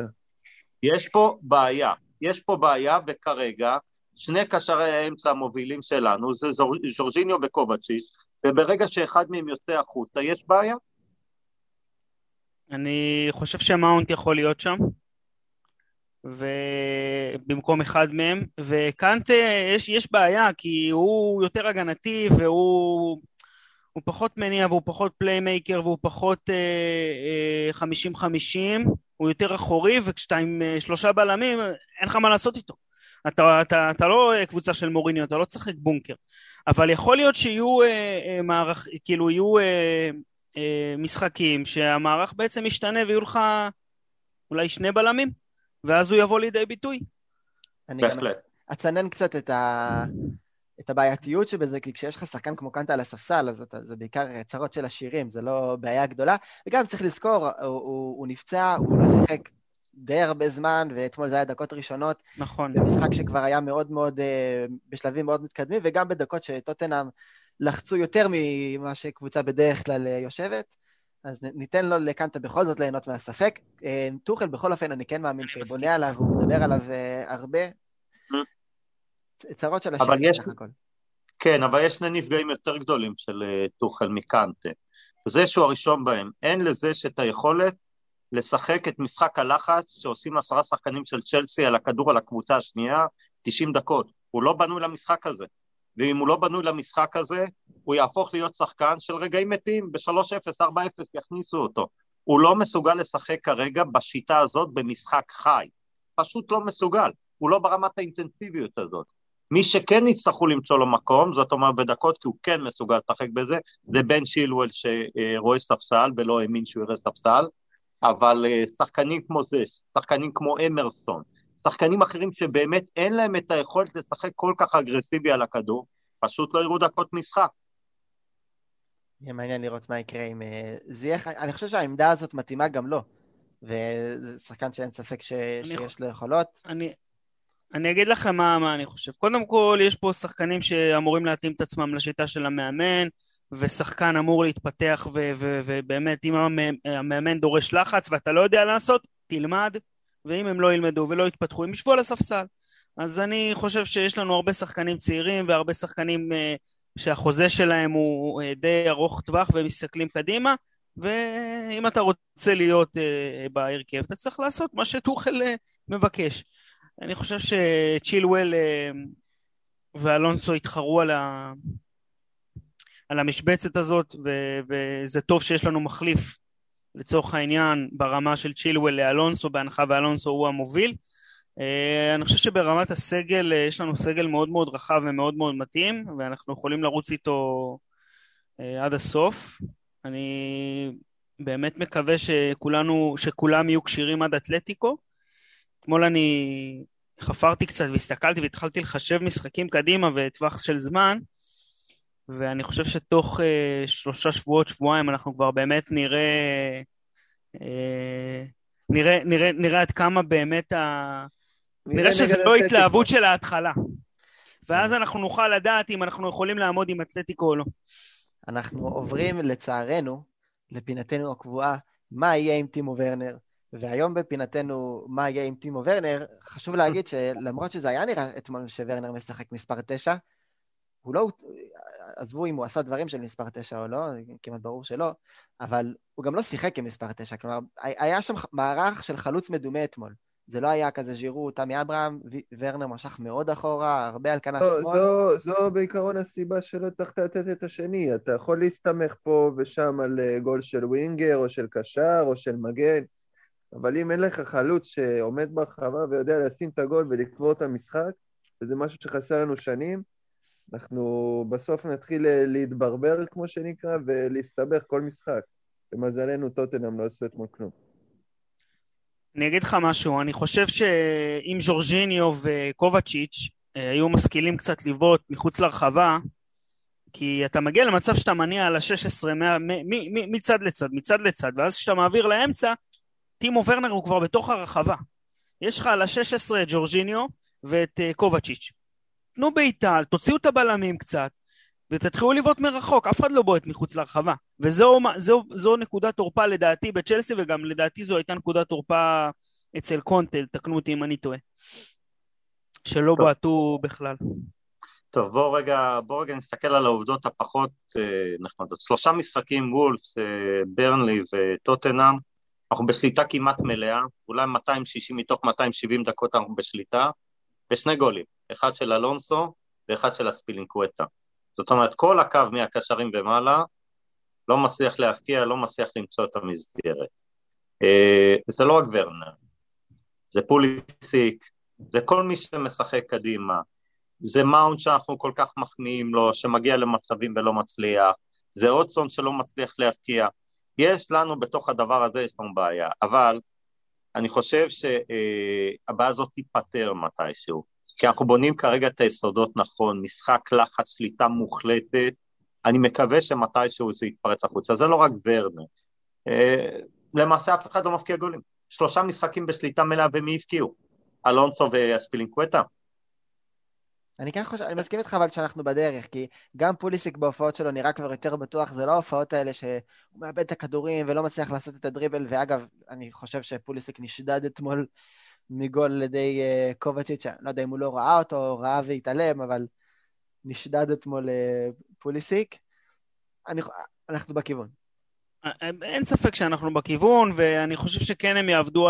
יש פה בעיה, וכרגע שני קשרי האמצע המובילים שלנו, זה ז'ורג'יניו וקובצ'יץ', וברגע שאחד מהם יוצא החוצה, יש בעיה. אני חושב שמאונט יכול להיות שם, ובמקום אחד מהם, וקנטה יש בעיה, כי הוא יותר הגנתי, והוא פחות מניע, והוא פחות פליימייקר, והוא פחות 50-50, הוא יותר אחורי, וכשאתה עם 3 בלמים, אין לך מה לעשות איתו. אתה לא קבוצה של מוריניו, אתה לא צחק בונקר, אבל יכול להיות שיהיו יהיו משחקים שהמערך בעצם משתנה ויהיו לך אולי 2 בלמים, ואז הוא יבוא לידי ביטוי. אני גם אצנן קצת את הבעייתיות שבזה, כי כשיש לך שחקן כמו קנטה על הספסל, אז זה בעיקר צרות של השירים, זה לא בעיה גדולה, וגם צריך לזכור, הוא נפצע, הוא לא שיחק די הרבה זמן, ואתמול זה היה דקות ראשונות, נכון. במשחק שכבר היה מאוד מאוד, בשלבים מאוד מתקדמים, וגם בדקות שטוטנהאם לחצו יותר ממה שקבוצה בדרך כלל יושבת, אז ניתן לו לקנטה בכל זאת ליהנות מהספק. טוחל בכל אופן אני כן מאמין שבונה עליו, הוא מדבר עליו הרבה, צרות של השיר בסך הכל. כן, אבל יש 2 נפגעים יותר גדולים של טוחל מקנטה, וזה שהוא הראשון בהם, אין לזה שאת היכולת לשחק את משחק הלחץ שעושים 10 שחקנים של צ'לסי על הכדור על הקבוצה השנייה, 90 דקות. הוא לא בנוי למשחק הזה. ואם הוא לא בנוי למשחק הזה, הוא יהפוך להיות שחקן של רגעים מתים, ב-3-0, 4-0 יכניסו אותו. הוא לא מסוגל לשחק כרגע בשיטה הזאת במשחק חי. פשוט לא מסוגל. הוא לא ברמת האינטנסיביות הזאת. מי שכן יצטרכו למצוא לו מקום, זאת אומרת בדקות, כי הוא כן מסוגל לשחק בזה, זה בן שילואל שרואה ספסל ולא האמין שהוא יראה ספסל, אבל שחקנים כמו זה, שחקנים כמו אמרסון, שחקנים אחרים שבאמת אין להם את היכולת לשחק כל כך אגרסיבי על הכדור, פשוט לא יראו דקות משחק. יהיה מעניין לראות מה יקרה עם זייח. אני חושב שהעמדה הזאת מתאימה גם לו, וזה שחקן שאין ספק שיש לו יכולות. אני אגיד לכם מה אני חושב. קודם כל, יש פה שחקנים שאמורים להתאים את עצמם לשיטה של המאמן, ושחקן אמור להתפתח, ובאמת, אם המאמן דורש לחץ, ואתה לא יודע לעשות, תלמד, ואם הם לא ילמדו ולא יתפתחו, הם ישבו על הספסל. אז אני חושב שיש לנו הרבה שחקנים צעירים, והרבה שחקנים שהחוזה שלהם הוא די ארוך טווח, והם מסתכלים קדימה, ואם אתה רוצה להיות בהרכב, אתה צריך לעשות מה שטוחל מבקש. אני חושב שצ'ילואל ואלונסו התחרו על המשבצת הזאת, וזה טוב שיש לנו מחליף לצורך העניין ברמה של צ'ילואל לאלונסו, בהנחה ואלונסו הוא המוביל. אני חושב שברמת הסגל יש לנו סגל מאוד מאוד רחב ומאוד מאוד מתאים, ואנחנו יכולים לרוץ איתו עד הסוף. אני באמת מקווה שכולם יהיו קשירים עד אתלטיקו. אתמול אני חפרתי קצת והסתכלתי והתחלתי לחשב משחקים קדימה וטווח של זמן, ואני חושב שתוך 3 שבועות, שבועיים, אנחנו כבר באמת נראה עד כמה באמת נראה שזה לא התלהבות של ההתחלה. ואז אנחנו נוכל לדעת אם אנחנו יכולים לעמוד עם אתלטיקו או לא. אנחנו עוברים לצערנו, לפינתנו הקבועה, מה יהיה עם טימו ורנר. והיום בפינתנו מה יהיה עם טימו ורנר, חשוב להגיד שלמרות שזה היה נראה אתמול שוורנר משחק מספר 9, הוא לא, עזבו אם הוא עשה דברים של מספר 9 או לא, כמעט ברור שלא, אבל הוא גם לא שיחק עם מספר 9, כלומר, היה שם מערך של חלוץ מדומה אתמול. זה לא היה כזה ז'ירו, תמי אברהם, ורנר משך מאוד אחורה, הרבה על כנף שמאל. זו בעיקרון הסיבה שלא צריך לתת את השני. אתה יכול להסתמך פה ושם על גול של ווינגר, או של קשר, או של מגן, אבל אם אין לך חלוץ שעומד ברחבה ויודע לשים את הגול ולקבור את המשחק, וזה משהו שחסר לנו שנים, אנחנו בסוף נתחיל להתברבר, כמו שנקרא, ולהסתבך כל משחק. למזלנו, טוטנהאם לא עשו אתמול כלום. אני אגיד לך משהו, אני חושב שאם ז'ורג'יניו וקובצ'יץ' היו משכילים קצת לבעוט מחוץ לרחבה, כי אתה מגיע למצב שאתה מניע על ה-16 מצד לצד, מצד לצד, ואז כשאתה מעביר לאמצע, טימו ורנר הוא כבר בתוך הרחבה. יש לך על ה-16 את ג'ורג'יניו ואת קובצ'יץ'. תנו בעיטה, תוציאו את הבלמים קצת, ותתחילו לבעוט מרחוק, אף אחד לא בועט מחוץ לרחבה. וזו נקודת תורפה לדעתי בצ'לסי, וגם לדעתי זו הייתה נקודת תורפה אצל קונטל, תקנו אותי אם אני טועה. שלא בועטו בכלל. טוב, בואו רגע נסתכל על העובדות הפחות נחמדות. 3 משחקים, וולפס, ברנלי וטוטנהאם, אנחנו בשליטה כמעט מלאה, אולי 260 מתוך 270 דקות אנחנו בשליטה, ו2 גולים, אחד של אלונסו ואחד של אספילינקווטה. זאת אומרת, כל הקו מהקשרים ומעלה לא מצליח להפקיע, לא מצליח למצוא את המסגרת. זה לא רק ורנר, זה פוליסיק, זה כל מי שמשחק קדימה, זה מאונט שאנחנו כל כך מחמיאים לו, שמגיע למצבים ולא מצליח, זה אוטסון שלא מצליח להפקיע. יש לנו בתוך הדבר הזה, יש לנו בעיה, אבל אני חושב שהבעיה הזאת תיפטר מתישהו, כי אנחנו בונים כרגע את היסודות נכון, משחק לחץ, שליטה מוחלטת, אני מקווה שמתישהו זה יתפרץ החוצה, זה לא רק ורנר, למעשה אף אחד לא מפקיע גולים, 3 משחקים בשליטה מלאה ומי הפקיעו? אלונסו ואספילינקווטה? אני כן חושב, אני מסכים איתך אבל שאנחנו בדרך, כי גם פוליסיק בהופעות שלו נראה כבר יותר בטוח, זה לא ההופעות האלה שהוא מאבד את הכדורים ולא מצליח לעשות את הדריבל, ואגב, אני חושב שפוליסיק נשדד אתמול מגול לידי קובצ'יץ', לא יודע אם הוא לא ראה אותו, או ראה והתעלם, אבל נשדד אתמול פוליסיק. אנחנו בכיוון. אין ספק שאנחנו בכיוון, ואני חושב שכן הם יעבדו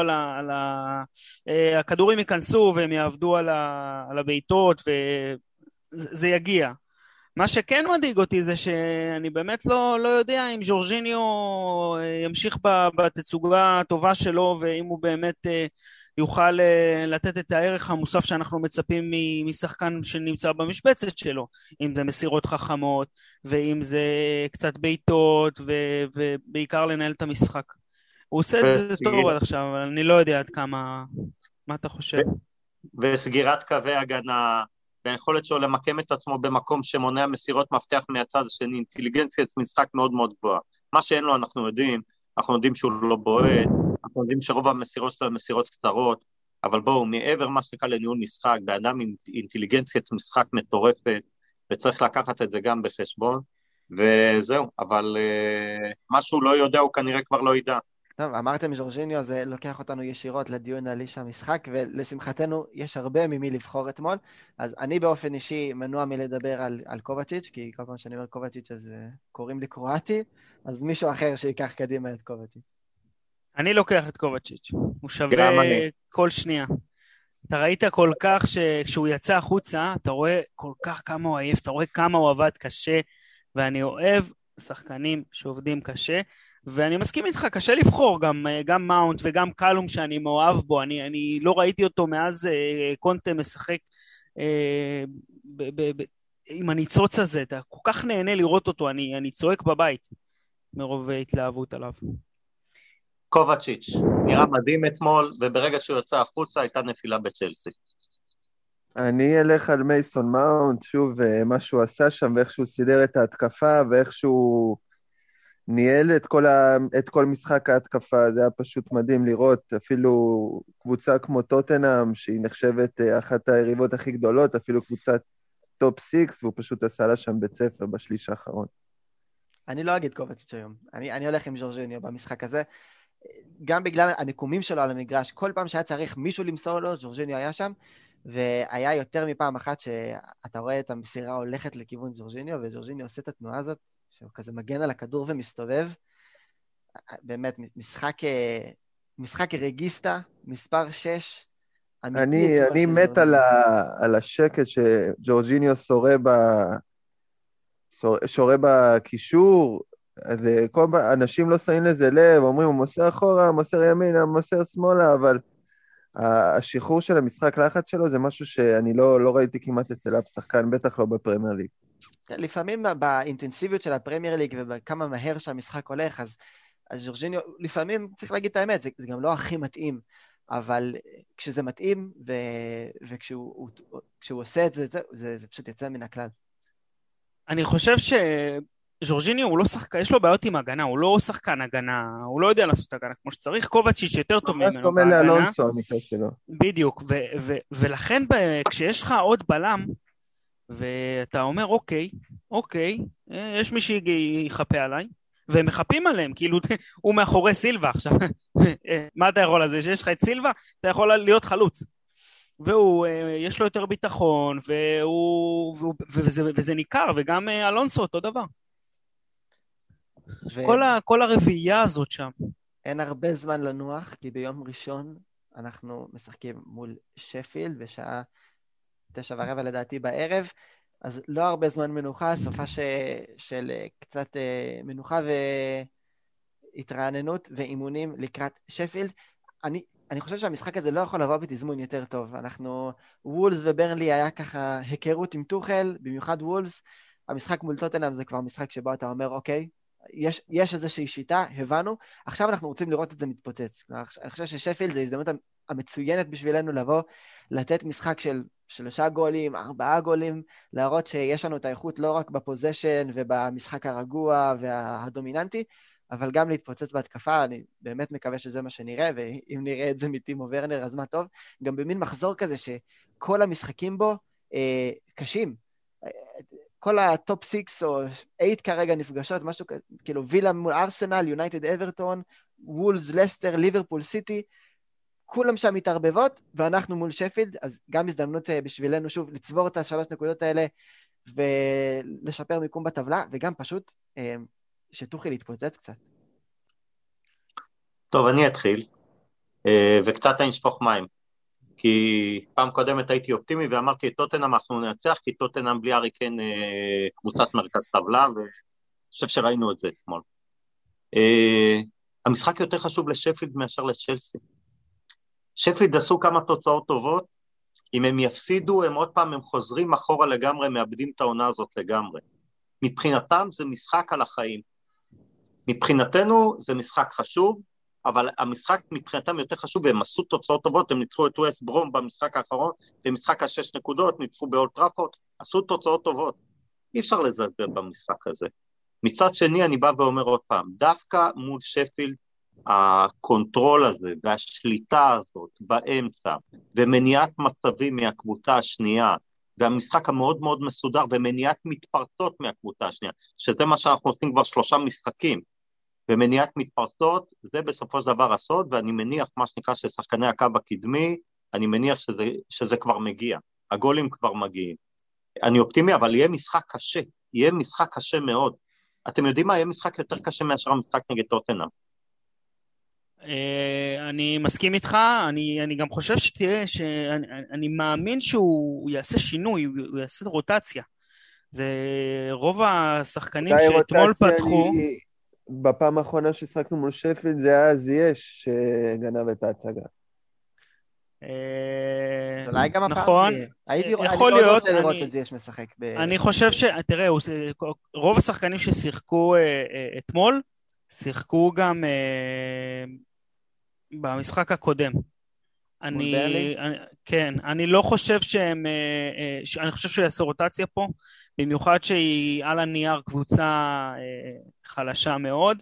הכדורים ייכנסו, והם יעבדו על הבעיטות, וזה יגיע. מה שכן מדאיג אותי זה שאני באמת לא יודע אם ז'ורג'יניו ימשיך בתצוגה הטובה שלו, ואם הוא באמת יוכל לתת את הערך המוסף שאנחנו מצפים משחקן שנמצא במשבצת שלו, אם זה מסירות חכמות, ואם זה קצת בעיטות, ובעיקר לנהל את המשחק. הוא עושה את זה טוב עד עכשיו, אבל אני לא יודע עד כמה, מה אתה חושב? וסגירת קווי הגנה, והיכולת שלו למקם את עצמו במקום שמונע מסירות מפתח מהצד השני, אינטליגנציית משחק מאוד מאוד גבוהה. מה שאין לו אנחנו יודעים שהוא לא בועט, אנחנו יודעים שרוב המסירות שלו הן מסירות קצרות, אבל בואו, מעבר מה שנקרא לניהול משחק, באדם עם אינטליגנציית משחק מטורפת, וצריך לקחת את זה גם בחשבון, וזהו, אבל מה שהוא לא יודע הוא כנראה כבר לא ידע. טוב, אמרתם ז'ורג'יניו, זה לוקח אותנו ישירות לדיון על איש המשחק, ולשמחתנו יש הרבה ממי לבחור אתמול, אז אני באופן אישי מנוע מלדבר על קובצ'יץ', כי כל פעם שאני אומר קובצ'יץ' אז קוראים לי קרואטי, אז מישהו אחר שיקח קדימה את קובצ'יץ'. אני לוקח את קובצ'יץ', הוא שווה כל שנייה. אתה ראית כל כך שכשהוא יצא החוצה, אתה רואה כל כך כמה הוא עייף, אתה רואה כמה הוא עבד קשה, ואני אוהב שחקנים שעובדים קשה, ואני מסכים איתך, קשה לבחור, גם מאונט וגם קלום שאני מאוהב בו, אני לא ראיתי אותו מאז קונטה משחק עם הניצוץ הזה, אתה כל כך נהנה לראות אותו, אני צועק בבית מרוב התלהבות עליו. קובצ'יץ', נראה מדהים אתמול, וברגע שהוא יוצא החוצה הייתה נפילה בצ'לסי. אני אלך על מייסון מאונט, שוב, מה שהוא עשה שם, ואיך שהוא סידר את ההתקפה, ואיך שהוא ניהל את כל משחק ההתקפה, זה היה פשוט מדהים לראות, אפילו קבוצה כמו טוטנהאם, שהיא נחשבת אחת היריבות הכי גדולות, אפילו קבוצת טופ 6, והוא פשוט עשה לה שם בית ספר בשליש האחרון. אני לא אגיד קובצ'יץ' היום, אני הולך עם ז'ורג'יניו במשחק הזה, גם בגלל המיקומים שלו על המגרש, כל פעם שהיה צריך מישהו למסור לו, ז'ורג'יניו היה שם, והיה יותר מפעם אחת שאתה רואה את המסירה הולכת לכיוון ז'ורג'יניו, וז'ורג'יניו עושה את התנועה הזאת, שהוא כזה מגן על הכדור ומסתובב, באמת, משחק רגיסטה, מספר 6, אני מת על השקט שג'ורג'יניו שורה בקישור, אנשים לא שמים לזה לב, אומרים הוא מוסר אחורה, מוסר ימינה, מוסר שמאלה, אבל השחרור של המשחק לחץ שלו זה משהו שאני לא ראיתי כמעט אצל אף שחקן, בטח לא בפרמייר ליג. לפעמים באינטנסיביות של הפרמייר ליג ובכמה מהר שהמשחק הולך, אז ז'ורג'יניו, לפעמים צריך להגיד את האמת, זה גם לא הכי מתאים, אבל כשזה מתאים וכשהוא עושה את זה, זה פשוט יצא מן הכלל. אני חושב ז'ורג'יניו הוא לא שחקן, יש לו בעיות עם הגנה, הוא לא שחקן הגנה, הוא לא יודע לעשות הגנה כמו שצריך, קובצ'יץ' יותר טוב ממנו בהגנה. דומה לאלונסו המקרה שלו. בדיוק, ולכן כשיש לך עוד בלם, ואתה אומר אוקיי, יש מי שיחפה עליי, והם מחפים עליהם, כאילו הוא מאחורי סילבה עכשיו, מה אתה יכול לזה, שיש לך את סילבה, אתה יכול להיות חלוץ. והוא, יש לו יותר ביטחון, וזה ניכר, וגם אלונסו אותו דבר. כל הרביעייה הזאת שם. אין הרבה זמן לנוח, כי ביום ראשון אנחנו משחקים מול שפילד, בשעה 9:15 לדעתי בערב, אז לא הרבה זמן מנוחה, סופה של קצת מנוחה והתרעננות ואימונים לקראת שפילד. אני חושב שהמשחק הזה לא יכול לבוא בתזמון יותר טוב. וולס וברנלי היה ככה היכרות עם טוחל, במיוחד וולס. המשחק מול טוטנהאם זה כבר משחק שבו אתה אומר, אוקיי, יש איזושהי שיטה, הבנו, עכשיו אנחנו רוצים לראות את זה מתפוצץ. אני חושב ששפילד זה הזדמנות המצוינת בשבילנו לבוא, לתת משחק של 3 גולים, 4 גולים, להראות שיש לנו את האיכות לא רק בפוזיישן ובמשחק הרגוע והדומיננטי, אבל גם להתפוצץ בהתקפה. אני באמת מקווה שזה מה שנראה, ואם נראה את זה מטימו ורנר, אז מה טוב. גם במין מחזור כזה שכל המשחקים בו קשים. כל הטופ 6 או 8 כרגע נפגשות, משהו כאילו וילה מול ארסנל, יונייטד אברטון, וולס, לסטר, ליברפול סיטי, כולם שם מתערבבות, ואנחנו מול שפילד, אז גם הזדמנות בשבילנו שוב לצבור את 3 נקודות האלה, ולשפר מיקום בטבלה, וגם פשוט שטוחל להתפוצץ קצת. טוב, אני אתחיל, וקצת אני אשפוך מים, כי פעם קודמת הייתי אופטימי, ואמרתי את טוטנהאם אנחנו ננצח, כי טוטנהאם בלי ארי קיין קבוצת מרכז טבלה, ואני חושב שראינו את זה אתמול. המשחק יותר חשוב לשפילד מאשר לצ'לסי. שפילד עשו כמה תוצאות טובות, אם הם יפסידו, הם עוד פעם הם חוזרים אחורה לגמרי, מאבדים את העונה הזאת לגמרי. מבחינתם זה משחק על החיים. מבחינתנו זה משחק חשוב, אבל המשחק מבחינתם יותר חשוב, והם עשו תוצאות טובות, הם ניצחו את ווסט ברום במשחק האחרון, במשחק 6 נקודות, ניצחו באולד טראפורד, עשו תוצאות טובות. אי אפשר לזלזל במשחק הזה. מצד שני אני בא ואומר עוד פעם, דווקא מול שפילד, הקונטרול הזה והשליטה הזאת באמצע, ומניעת מצבים מהקבוצה השנייה, והמשחק המאוד מאוד מסודר, ומניעת מתפרצות מהקבוצה השנייה, שזה מה שאנחנו עושים כבר 3 משחקים, ומניעת מתפרצות, זה בסופו של דבר הסוד, ואני מניח מה שנקרא ששחקני הקו הקדמי, אני מניח שזה כבר מגיע, הגולים כבר מגיעים. אני אופטימי, אבל יהיה משחק קשה, יהיה משחק קשה מאוד. אתם יודעים מה? יהיה משחק יותר קשה מאשר המשחק נגד טוטנהאם. אני מסכים איתך, אני גם חושב שאני מאמין שהוא יעשה שינוי, הוא יעשה רוטציה. זה רוב השחקנים שאתמול פתחו. בפעם האחרונה ששחקנו מול שפילד זה היה זייש שגנב את ההצגה. אולי גם נכון, יכול להיות, אני לראות את זייש משחק. אני חושב תראה, רוב השחקנים ששיחקו אתמול, שיחקו גם במשחק הקודם. כן, אני לא חושב אני חושב שהוא יעשה רוטציה פה, במיוחד שהיא על הנייר קבוצה חלשה מאוד.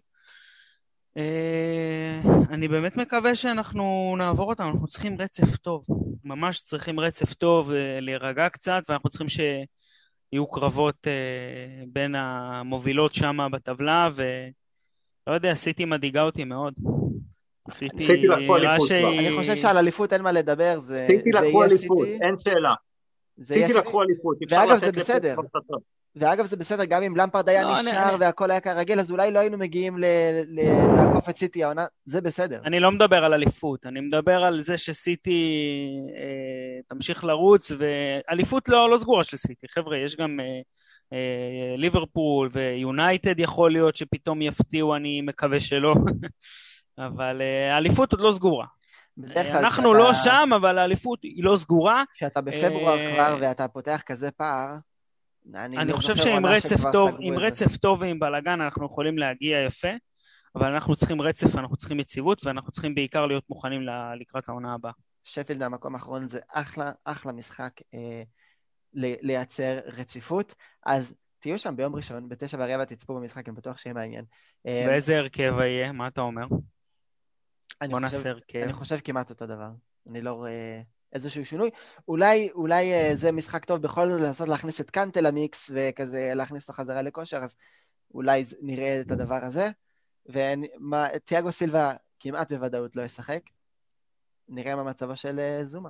אני באמת מקווה שאנחנו נעבור אותם, אנחנו צריכים רצף טוב, ממש צריכים רצף טוב, להירגע קצת, ואנחנו צריכים שיהיו קרבות בין המובילות שם בטבלה, ולא יודע, סיטי מדאיגה אותי מאוד. סיטי לקחו אליפות. אני חושב שעל אליפות אין מה לדבר, סיטי לקחו אליפות, אין שאלה. סיטי לקחו אליפות. ואגב זה בסדר. ואגב זה בסדר, גם אם למפרד היה נשאר והכל היה כרגיל, אז אולי לא היינו מגיעים לעקוף את סיטי העונה, זה בסדר. אני לא מדבר על אליפות, אני מדבר על זה שסיטי תמשיך לרוץ, ואליפות לא סגורה של סיטי. חבר'ה, יש גם ליברפול ויונייטד יכול להיות שפתאום יפתיעו, אני מקווה שלא. אבל האליפות עוד לא סגורה. בדרך כלל אנחנו לא שם, אבל האליפות היא לא סגורה. כשאתה בפברואר כבר ואתה פותח כזה פער, אני חושב שעם רצף טוב ועם בלגן אנחנו יכולים להגיע יפה, אבל אנחנו צריכים רצף, אנחנו צריכים יציבות, ואנחנו צריכים בעיקר להיות מוכנים לקראת העונה הבאה. שפילד מהמקום האחרון זה אחלה משחק לייצר רציפות, אז תהיו שם ביום ראשון, ב9:15 תצפו במשחק, אני בטוח שיהיה מעניין. ואיזה הרכב יהיה? מה אתה אומר? בוא נעשה הרכב. אני חושב כמעט אותו דבר, אני לא רואה איזשהו שינוי. אולי זה משחק טוב בכל זאת לנסות להכניס את קנטה למיקס, וכזה להכניס אותו חזרה לכושר, אז אולי נראה את הדבר הזה. ותיאגו סילבה כמעט בוודאות לא ישחק. נראה מה מצבו של זומה.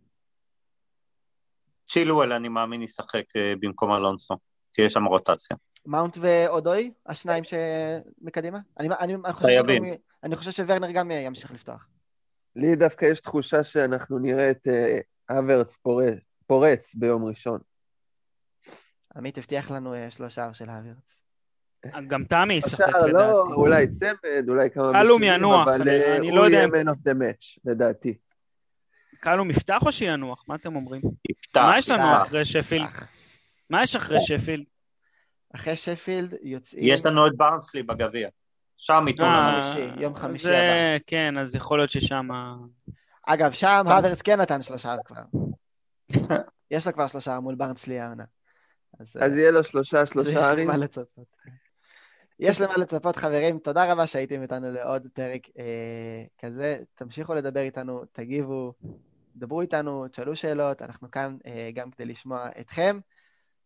צ'ילואל אני מאמין ישחק במקום אלונסו, תהיה שם רוטציה. מאונט ואודוי, השניים שמקדימה? אני חושב שוורנר גם ימשיך לפתוח. לי דווקא יש תחושה שאנחנו נראה את אברץ פורץ ביום ראשון. עמית הבטיח לנו 3 שער של אברץ. גם תמי ישחק לדעתי. לא, אולי צמד, אולי כמה קלום ינוח, אבל הוא יהיה man of the match, לדעתי. קלום יפתח או שינוח? מה אתם אומרים? יפתח. מה יש לנו אחרי שפילד? מה יש אחרי שפילד? אחרי שפילד יוצאים... יש לנו את ברנסלי בגביע. שם איתו יום חמישי הבא. כן, אז יכול להיות ששם... אגב, שם האברץ כן נתן 3 כבר. יש לו כבר 3 מול ברנסלי העונה. אז יהיה לו 3 ערים. יש למה לצפות, חברים. תודה רבה שהייתם איתנו לעוד פרק כזה. תמשיכו לדבר איתנו, תגיבו, דברו איתנו, תשאלו שאלות. אנחנו כאן גם כדי לשמוע אתכם.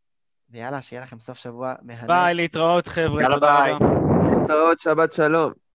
ויאללה, שיהיה לכם סוף שבוע מהנה. ביי, להתראות חבר'ה. יאללה ביי. להתראות, שבת שלום.